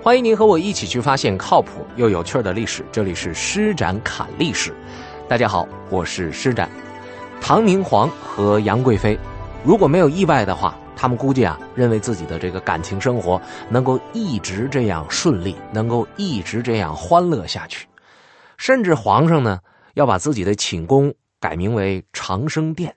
欢迎您和我一起去发现靠谱又有趣的历史，这里是施展侃历史。大家好，我是施展。唐明皇和杨贵妃，如果没有意外的话，他们估计认为自己的这个感情生活能够一直这样顺利，能够一直这样欢乐下去。甚至皇上呢，要把自己的寝宫改名为长生殿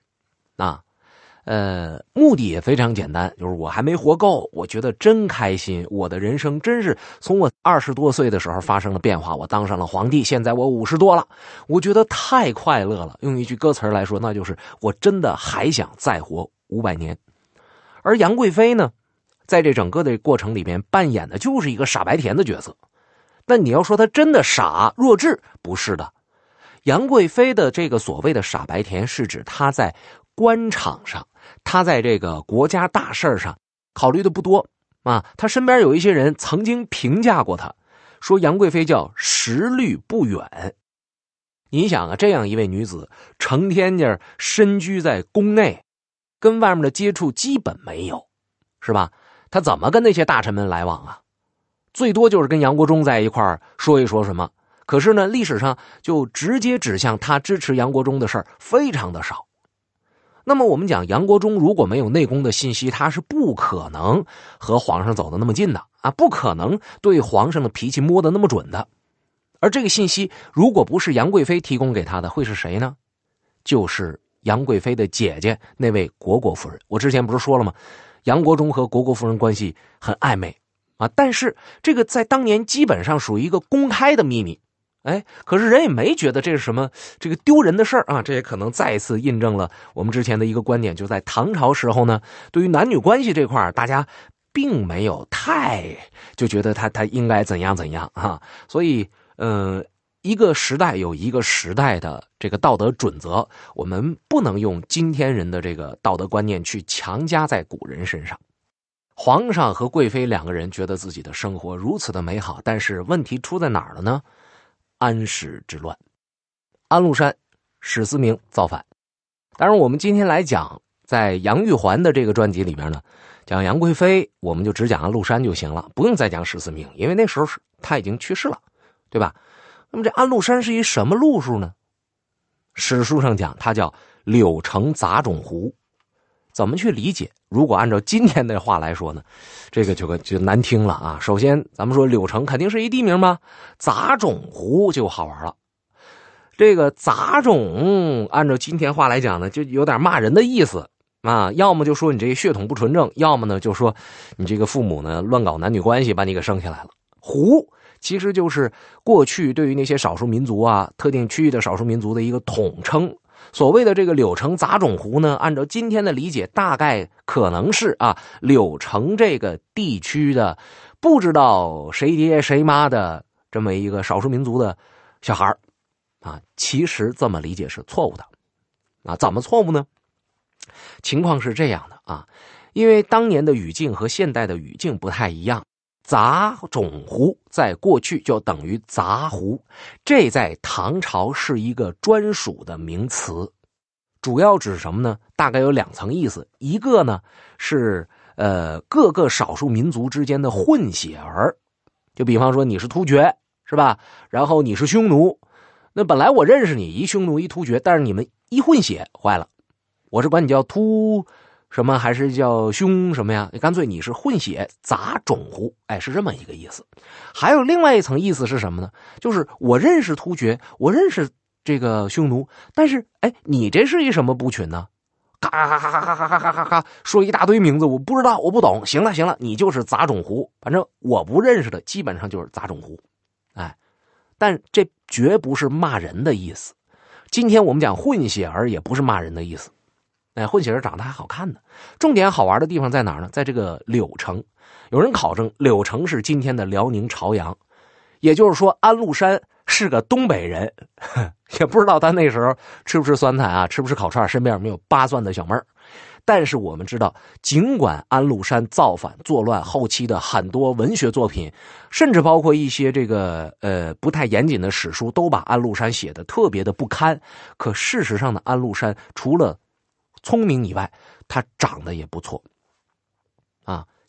目的也非常简单，就是我还没活够，我觉得真开心，我的人生真是从我20多岁的时候发生了变化，我当上了皇帝，现在我50多了，我觉得太快乐了。用一句歌词来说，那就是我真的还想再活500年。而杨贵妃呢，在这整个的过程里面扮演的就是一个傻白甜的角色。但你要说她真的傻弱智，不是的。杨贵妃的这个所谓的傻白甜，是指她在官场上，他在这个国家大事上考虑的不多他身边有一些人曾经评价过他，说杨贵妃叫识虑不远。你想这样一位女子，成天身居在宫内，跟外面的接触基本没有，是吧？她怎么跟那些大臣们来往啊？最多就是跟杨国忠在一块儿说一说什么。可是呢，历史上就直接指向她支持杨国忠的事儿非常的少。那么我们讲杨国忠如果没有内宫的信息，他是不可能和皇上走得那么近的不可能对皇上的脾气摸得那么准的。而这个信息如果不是杨贵妃提供给他的，会是谁呢？就是杨贵妃的姐姐那位虢国夫人。我之前不是说了吗？杨国忠和虢国夫人关系很暧昧但是这个在当年基本上属于一个公开的秘密。可是人也没觉得这是什么这个丢人的事儿这也可能再一次印证了我们之前的一个观点，就在唐朝时候呢，对于男女关系这块大家并没有太就觉得他应该怎样怎样所以一个时代有一个时代的这个道德准则，我们不能用今天人的这个道德观念去强加在古人身上。皇上和贵妃两个人觉得自己的生活如此的美好，但是问题出在哪儿了呢？安史之乱，安禄山、史思明造反。当然我们今天来讲在杨玉环的这个专辑里面呢，讲杨贵妃我们就只讲安禄山就行了，不用再讲史思明，因为那时候他已经去世了，对吧？那么这安禄山是一什么路数呢？史书上讲他叫柳城杂种胡。怎么去理解？如果按照今天的话来说呢，这个就难听了首先咱们说柳城肯定是一地名吧，杂种胡就好玩了。这个杂种按照今天话来讲呢，就有点骂人的意思要么就说你这血统不纯正，要么呢就说你这个父母呢乱搞男女关系把你给生下来了。胡其实就是过去对于那些少数民族特定区域的少数民族的一个统称。所谓的这个柳城杂种胡呢，按照今天的理解，大概可能是柳城这个地区的不知道谁爹谁妈的这么一个少数民族的小孩其实这么理解是错误的怎么错误呢？情况是这样的因为当年的语境和现代的语境不太一样。杂种胡在过去就等于杂胡，这在唐朝是一个专属的名词，主要指什么呢？大概有2层意思。一个呢是各个少数民族之间的混血儿，就比方说你是突厥是吧，然后你是匈奴，那本来我认识你一匈奴一突厥，但是你们一混血坏了，我是管你叫突什么还是叫凶什么呀？干脆你是混血杂种胡，是这么一个意思。还有另外一层意思是什么呢？就是我认识突厥，我认识这个匈奴，但是你这是一什么部群呢？咔咔咔咔咔咔咔咔说一大堆名字，我不知道，我不懂。行了行了，你就是杂种胡，反正我不认识的基本上就是杂种胡。但这绝不是骂人的意思。今天我们讲混血儿也不是骂人的意思。混血儿长得还好看呢。重点好玩的地方在哪儿呢？在这个柳城。有人考证柳城是今天的辽宁朝阳，也就是说安禄山是个东北人，也不知道他那时候吃不吃酸菜吃不吃烤串，身边有没有扒蒜的小妹儿。但是我们知道，尽管安禄山造反作乱，后期的很多文学作品，甚至包括一些这个不太严谨的史书，都把安禄山写得特别的不堪。可事实上的安禄山除了聪明以外，他长得也不错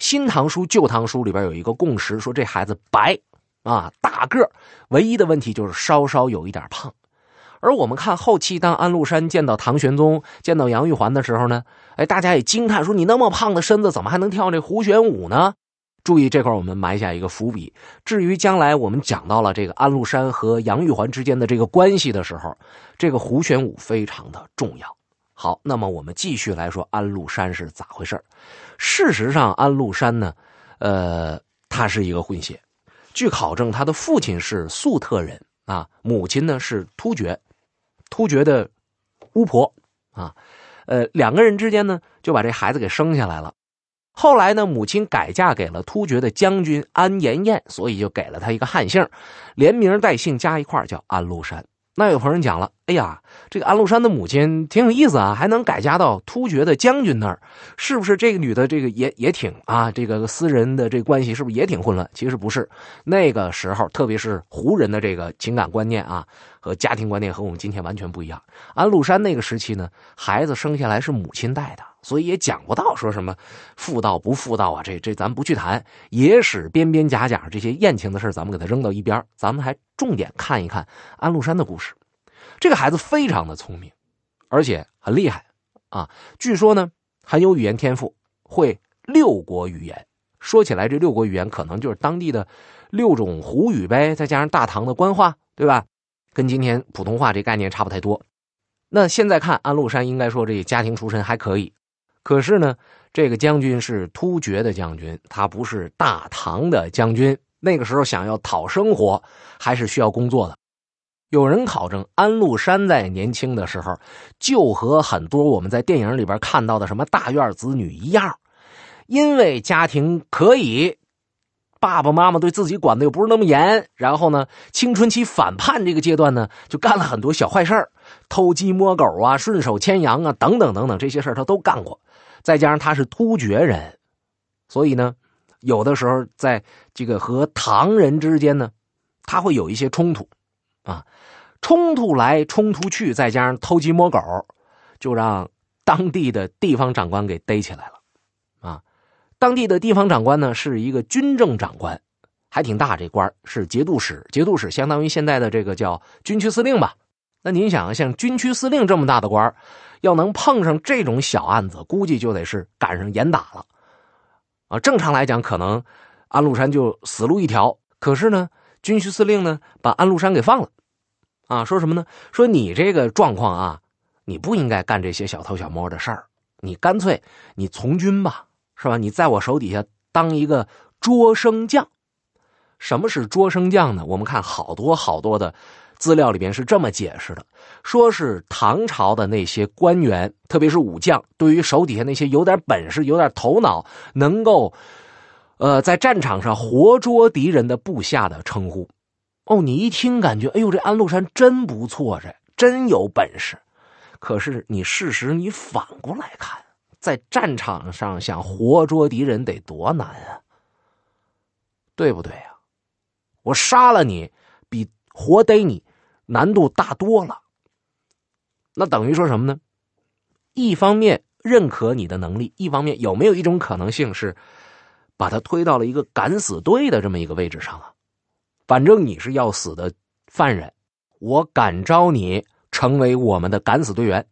新唐书旧唐书里边有一个共识，说这孩子白啊，大个，唯一的问题就是稍稍有一点胖。而我们看后期当安禄山见到唐玄宗见到杨玉环的时候呢，大家也惊叹说，你那么胖的身子怎么还能跳这胡旋舞呢？注意这块我们埋下一个伏笔，至于将来我们讲到了这个安禄山和杨玉环之间的这个关系的时候，这个胡旋舞非常的重要。好，那么我们继续来说安禄山是咋回事。事实上安禄山呢他是一个混血，据考证他的父亲是粟特人啊，母亲呢是突厥的巫婆啊，两个人之间呢就把这孩子给生下来了。后来呢，母亲改嫁给了突厥的将军安延彦，所以就给了他一个汉姓，连名带姓加一块叫安禄山。那有朋友讲了，哎呀，这个安禄山的母亲挺有意思啊，还能改嫁到突厥的将军那儿，是不是这个女的这个也挺啊，这个私人的这个关系是不是也挺混乱？其实不是，那个时候特别是胡人的这个情感观念啊和家庭观念和我们今天完全不一样。安禄山那个时期呢，孩子生下来是母亲带的，所以也讲不到说什么妇道不妇道啊，这咱不去谈，野史边边假假这些艳情的事咱们给它扔到一边，咱们还重点看一看安禄山的故事。这个孩子非常的聪明，而且很厉害啊！据说呢，很有语言天赋，会6国语言。说起来，这6国语言可能就是当地的6种胡语呗，再加上大唐的官话，对吧？跟今天普通话这概念差不太多。那现在看安禄山，应该说这家庭出身还可以，可是呢，这个将军是突厥的将军，他不是大唐的将军。那个时候想要讨生活，还是需要工作的。有人考证安禄山在年轻的时候就和很多我们在电影里边看到的什么大院子女一样，因为家庭可以，爸爸妈妈对自己管的又不是那么严，然后呢青春期反叛这个阶段呢就干了很多小坏事，偷鸡摸狗啊，顺手牵羊啊，等等等等，这些事他都干过。再加上他是突厥人，所以呢有的时候在这个和唐人之间呢他会有一些冲突啊，冲突来冲突去，再加上偷鸡摸狗，就让当地的地方长官给逮起来了啊。当地的地方长官呢是一个军政长官，还挺大，这官是节度使，节度使相当于现在的这个叫军区司令吧。那您想像军区司令这么大的官，要能碰上这种小案子，估计就得是赶上严打了啊。正常来讲可能安禄山就死路一条，可是呢军区司令呢把安禄山给放了啊，说什么呢？说你这个状况啊，你不应该干这些小偷小摸的事儿，你干脆你从军吧，是吧？你在我手底下当一个捉生将。什么是捉生将呢？我们看好多的资料里边是这么解释的，说是唐朝的那些官员，特别是武将，对于手底下那些有点本事、有点头脑，能够在战场上活捉敌人的部下的称呼。哦，你一听感觉，哎呦，这安禄山真不错，这真有本事。可是你事实你反过来看，在战场上想活捉敌人得多难啊，对不对啊？我杀了你比活逮你难度大多了。那等于说什么呢？一方面认可你的能力，一方面有没有一种可能性是把他推到了一个敢死队的这么一个位置上啊？反正你是要死的犯人，我感召你成为我们的敢死队员。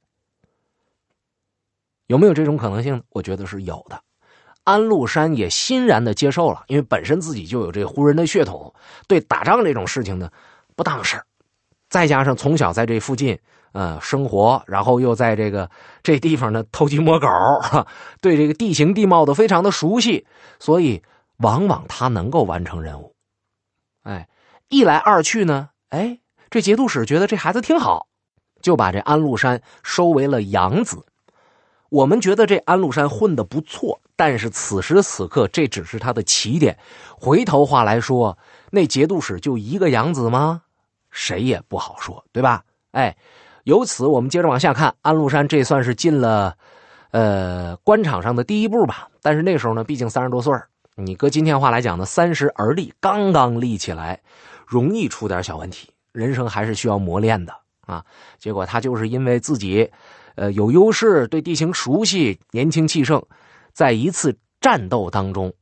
有没有这种可能性呢？我觉得是有的。安禄山也欣然的接受了，因为本身自己就有这胡人的血统，对打仗这种事情呢不当事儿。再加上从小在这附近生活，然后又在这地方呢偷鸡摸狗，对这个地形地貌都非常的熟悉，所以往往他能够完成任务。一来二去呢，这节度使觉得这孩子挺好，就把这安禄山收为了养子。我们觉得这安禄山混得不错，但是此时此刻这只是他的起点。回头话来说，那节度使就一个养子吗？谁也不好说，对吧？由此我们接着往下看，安禄山这算是进了官场上的第一步吧。但是那时候呢，毕竟30多岁，你搁今天话来讲呢，30而立，刚刚立起来，容易出点小问题。人生还是需要磨练的啊。结果他就是因为自己有优势，对地形熟悉，年轻气盛，在一次战斗当中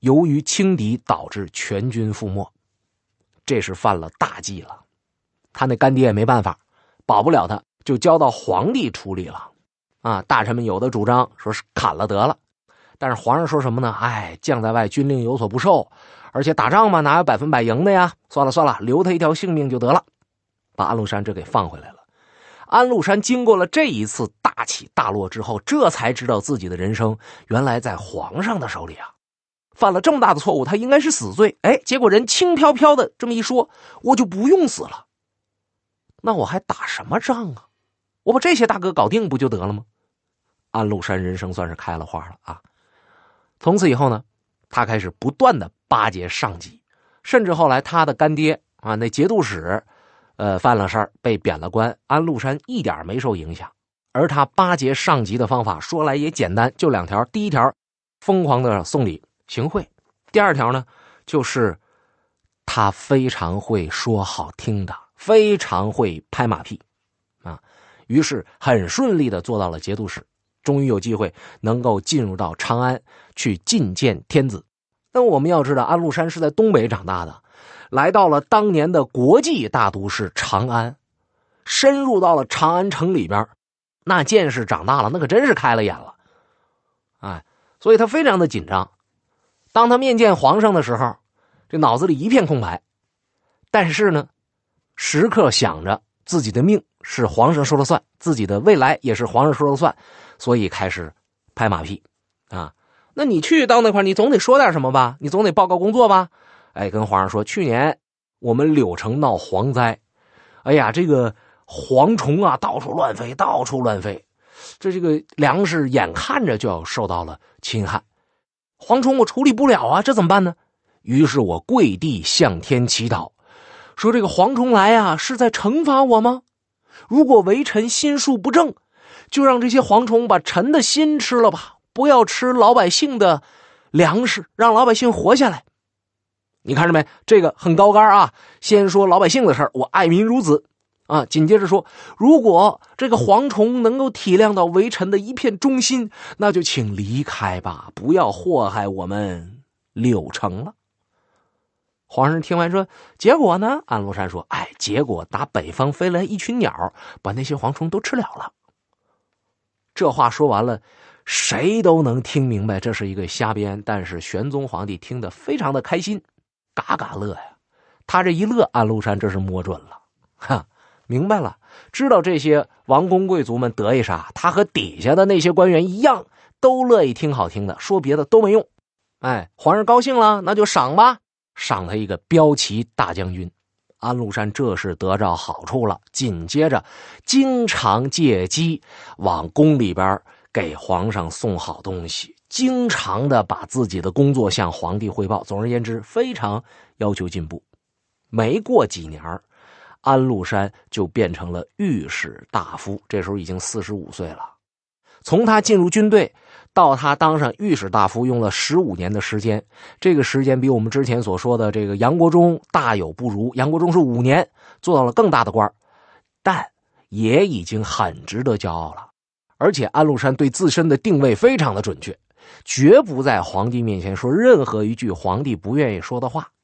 由于轻敌导致全军覆没，这是犯了大忌了。他那干爹也没办法，保不了他，就交到皇帝处理了。大臣们有的主张说是砍了得了，但是皇上说什么呢？将在外，军令有所不受，而且打仗嘛，哪有100%赢的呀？算了，留他一条性命就得了，把安禄山这给放回来了。安禄山经过了这一次大起大落之后，这才知道自己的人生原来在皇上的手里啊，犯了这么大的错误，他应该是死罪。结果人轻飘飘的这么一说，我就不用死了，那我还打什么仗啊？我把这些大哥搞定不就得了吗？安禄山人生算是开了花了啊！从此以后呢，他开始不断的巴结上级，甚至后来他的干爹那节度使犯了事儿被贬了官，安禄山一点没受影响。而他巴结上级的方法说来也简单，就2条。第一条，疯狂的送礼行贿；第二条呢，就是他非常会说好听的，非常会拍马屁于是很顺利的做到了节度使，终于有机会能够进入到长安去觐见天子。但我们要知道，安禄山是在东北长大的，来到了当年的国际大都市长安，深入到了长安城里边，那见识长大了，那可真是开了眼了。所以他非常的紧张。当他面见皇上的时候，这脑子里一片空白，但是呢，时刻想着自己的命是皇上说了算，自己的未来也是皇上说了算，所以开始拍马屁那你去到那块，你总得说点什么吧，你总得报告工作吧。跟皇上说，去年我们柳城闹蝗灾，这个蝗虫到处乱飞，这个粮食眼看着就要受到了侵害，蝗虫我处理不了这怎么办呢？于是我跪地向天祈祷，说这个蝗虫来是在惩罚我吗？如果为臣心术不正，就让这些蝗虫把臣的心吃了吧，不要吃老百姓的粮食，让老百姓活下来。你看着没？这个很高竿先说老百姓的事儿，我爱民如子紧接着说，如果这个蝗虫能够体谅到为臣的一片忠心，那就请离开吧，不要祸害我们柳城了。皇上听完说，结果呢？安禄山说，结果打北方飞来一群鸟，把那些蝗虫都吃了了。这话说完了，谁都能听明白这是一个瞎编，但是玄宗皇帝听得非常的开心，嘎嘎乐呀。他这一乐，安禄山这是摸准了，明白了，知道这些王公贵族们得意啥，他和底下的那些官员一样，都乐意听好听的，说别的都没用。皇上高兴了，那就赏吧，赏他一个骠骑大将军。安禄山这是得着好处了，紧接着经常借机往宫里边给皇上送好东西，经常的把自己的工作向皇帝汇报。总而言之，非常要求进步。没过几年，安禄山就变成了御史大夫，这时候已经45岁了。从他进入军队到他当上御史大夫用了15年的时间，这个时间比我们之前所说的这个杨国忠大有不如。杨国忠是5年做到了更大的官，但也已经很值得骄傲了。而且安禄山对自身的定位非常的准确，绝不在皇帝面前说任何一句皇帝不愿意说的话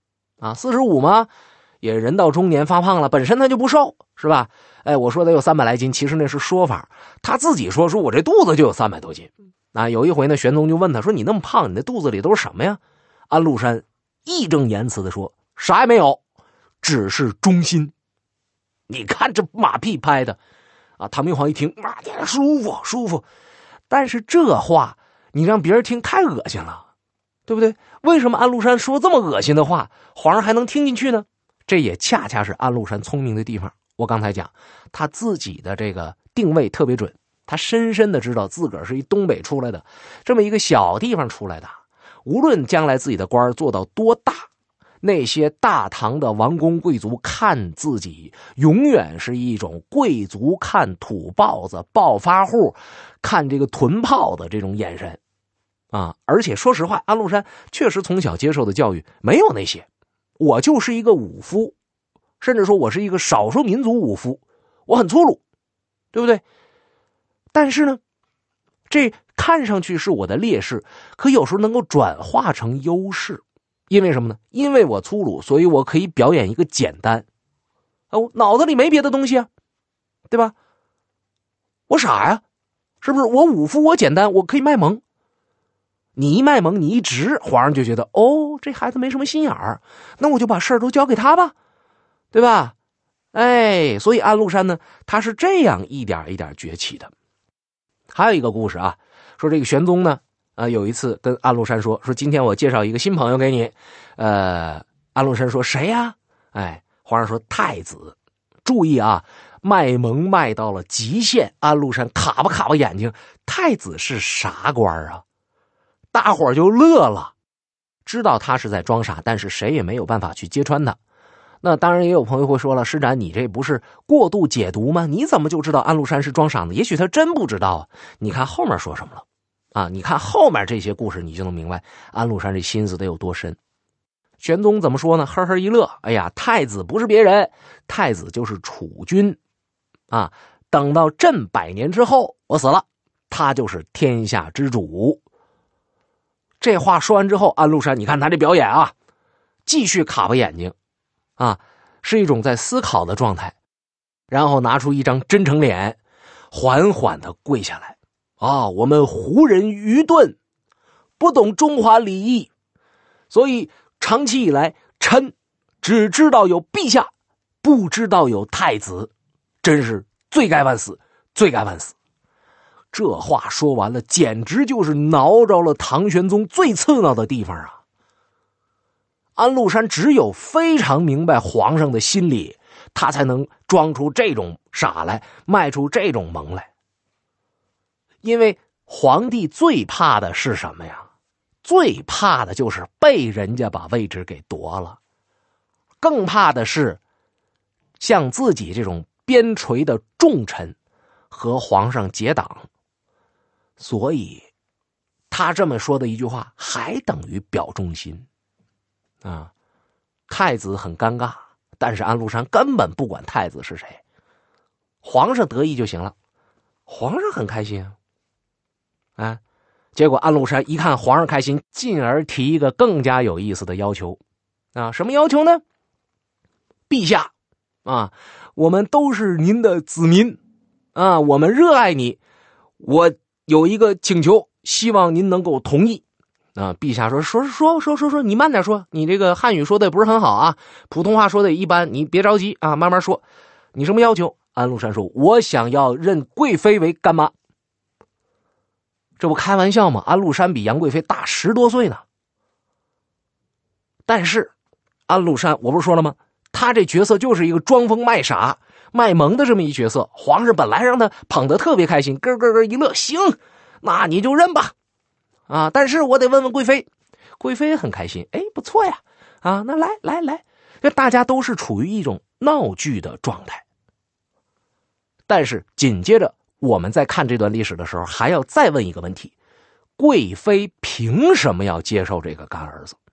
45嘛，也人到中年发胖了，本身他就不瘦，是吧？我说他有300来斤，其实那是说法，他自己说我这肚子就有300多斤。有一回呢，玄宗就问他说，你那么胖，你那肚子里都是什么呀？安禄山义正言辞的说，啥也没有，只是忠心。你看这马屁拍的唐明皇一听舒服，但是这话你让别人听太恶心了，对不对？为什么安禄山说这么恶心的话，皇上还能听进去呢？这也恰恰是安禄山聪明的地方。我刚才讲，他自己的这个定位特别准，他深深的知道自个儿是一东北出来的，这么一个小地方出来的，无论将来自己的官做到多大，那些大唐的王公贵族看自己永远是一种贵族看土包子、暴发户看这个屯炮的这种眼神而且说实话，安禄山确实从小接受的教育没有那些，我就是一个武夫，甚至说我是一个少数民族武夫，我很粗鲁，对不对？但是呢， 这看上去是我的劣势，可有时候能够转化成优势。因为什么呢？因为我粗鲁，所以我可以表演一个简单。脑子里没别的东西啊，对吧？我傻呀，是不是？我武夫，我简单，我可以卖萌。你一卖萌，你一直，皇上就觉得这孩子没什么心眼儿，那我就把事儿都交给他吧，对吧？所以安禄山呢，他是这样一点一点崛起的。还有一个故事啊，说这个玄宗呢，有一次跟安禄山说今天我介绍一个新朋友给你，安禄山说谁呀？皇上说太子。注意啊，卖萌卖到了极限，安禄山卡巴眼睛，太子是啥官啊？大伙儿就乐了，知道他是在装傻，但是谁也没有办法去揭穿他。那当然也有朋友会说了，施展你这不是过度解读吗？你怎么就知道安禄山是装傻呢？也许他真不知道啊。你看后面说什么了啊？你看后面这些故事，你就能明白安禄山这心思得有多深。玄宗怎么说呢？呵呵一乐，太子不是别人，太子就是储君啊。等到朕100年之后，我死了，他就是天下之主。这话说完之后，安禄山你看他这表演啊，继续卡巴眼睛啊，是一种在思考的状态，然后拿出一张真诚脸，缓缓地跪下来。我们胡人愚钝，不懂中华礼仪，所以长期以来臣只知道有陛下，不知道有太子，真是罪该万死，罪该万死。这话说完了，简直就是挠着了唐玄宗最刺挠的地方啊！安禄山只有非常明白皇上的心理，他才能装出这种傻来，卖出这种萌来。因为皇帝最怕的是什么呀？最怕的就是被人家把位置给夺了，更怕的是像自己这种边陲的重臣和皇上结党。所以他这么说的一句话还等于表忠心啊。太子很尴尬，但是安禄山根本不管太子是谁，皇上得意就行了，皇上很开心啊。结果安禄山一看皇上开心，进而提一个更加有意思的要求啊。什么要求呢？陛下啊，我们都是您的子民啊，我们热爱你，我有一个请求，希望您能够同意啊。陛下说，你慢点说，你这个汉语说的不是很好啊，普通话说的也一般，你别着急啊，慢慢说。你什么要求？安禄山说，我想要认贵妃为干妈。这不开玩笑吗？安禄山比杨贵妃大10多岁呢。但是安禄山我不是说了吗，他这角色就是一个装疯卖傻卖萌的这么一角色，皇上本来让他捧得特别开心，咯咯咯一乐，行，那你就认吧啊！但是我得问问贵妃，贵妃很开心，不错呀啊，那来，这大家都是处于一种闹剧的状态。但是紧接着我们在看这段历史的时候，还要再问一个问题：贵妃凭什么要接受这个干儿子？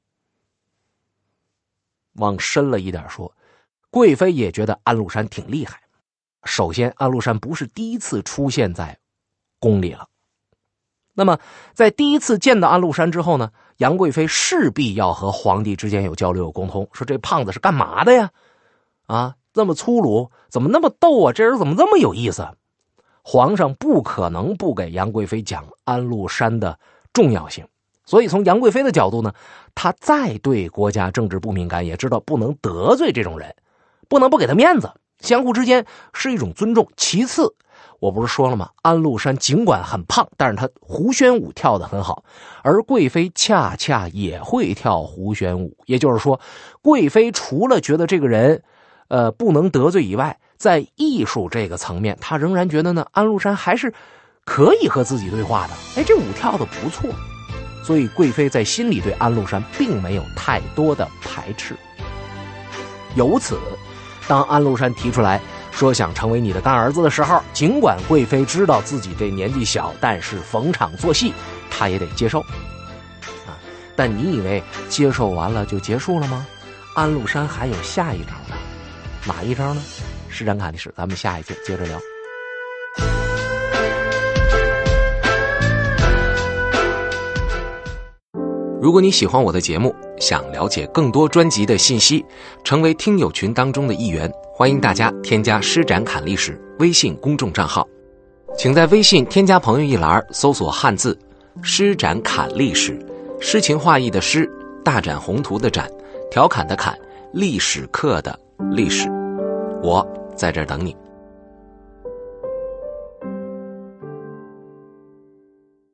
往深了一点说，贵妃也觉得安禄山挺厉害。首先，安禄山不是第一次出现在宫里了。那么，在第一次见到安禄山之后呢，杨贵妃势必要和皇帝之间有交流、有沟通，说这胖子是干嘛的呀？啊，这么粗鲁，怎么那么逗啊？这人怎么这么有意思？皇上不可能不给杨贵妃讲安禄山的重要性。所以从杨贵妃的角度呢，她再对国家政治不敏感，也知道不能得罪这种人，不能不给他面子，相互之间是一种尊重。其次，我不是说了吗？安禄山尽管很胖，但是他胡旋舞跳得很好，而贵妃恰恰也会跳胡旋舞。也就是说，贵妃除了觉得这个人不能得罪以外，在艺术这个层面，她仍然觉得呢，安禄山还是可以和自己对话的。这舞跳得不错。所以贵妃在心里对安禄山并没有太多的排斥。由此，当安禄山提出来说想成为你的干儿子的时候，尽管贵妃知道自己这年纪小，但是逢场作戏，她也得接受啊。但你以为接受完了就结束了吗？安禄山还有下一招呢。哪一招呢？施展侃历史，咱们下一节接着聊。 如果你喜欢我的节目，想了解更多专辑的信息，成为听友群当中的一员，欢迎大家添加施展侃历史微信公众账号。请在微信添加朋友一栏搜索汉字施展侃历史，诗情画意的诗，大展宏图的展，调侃的侃，历史课的历史。我在这儿等你。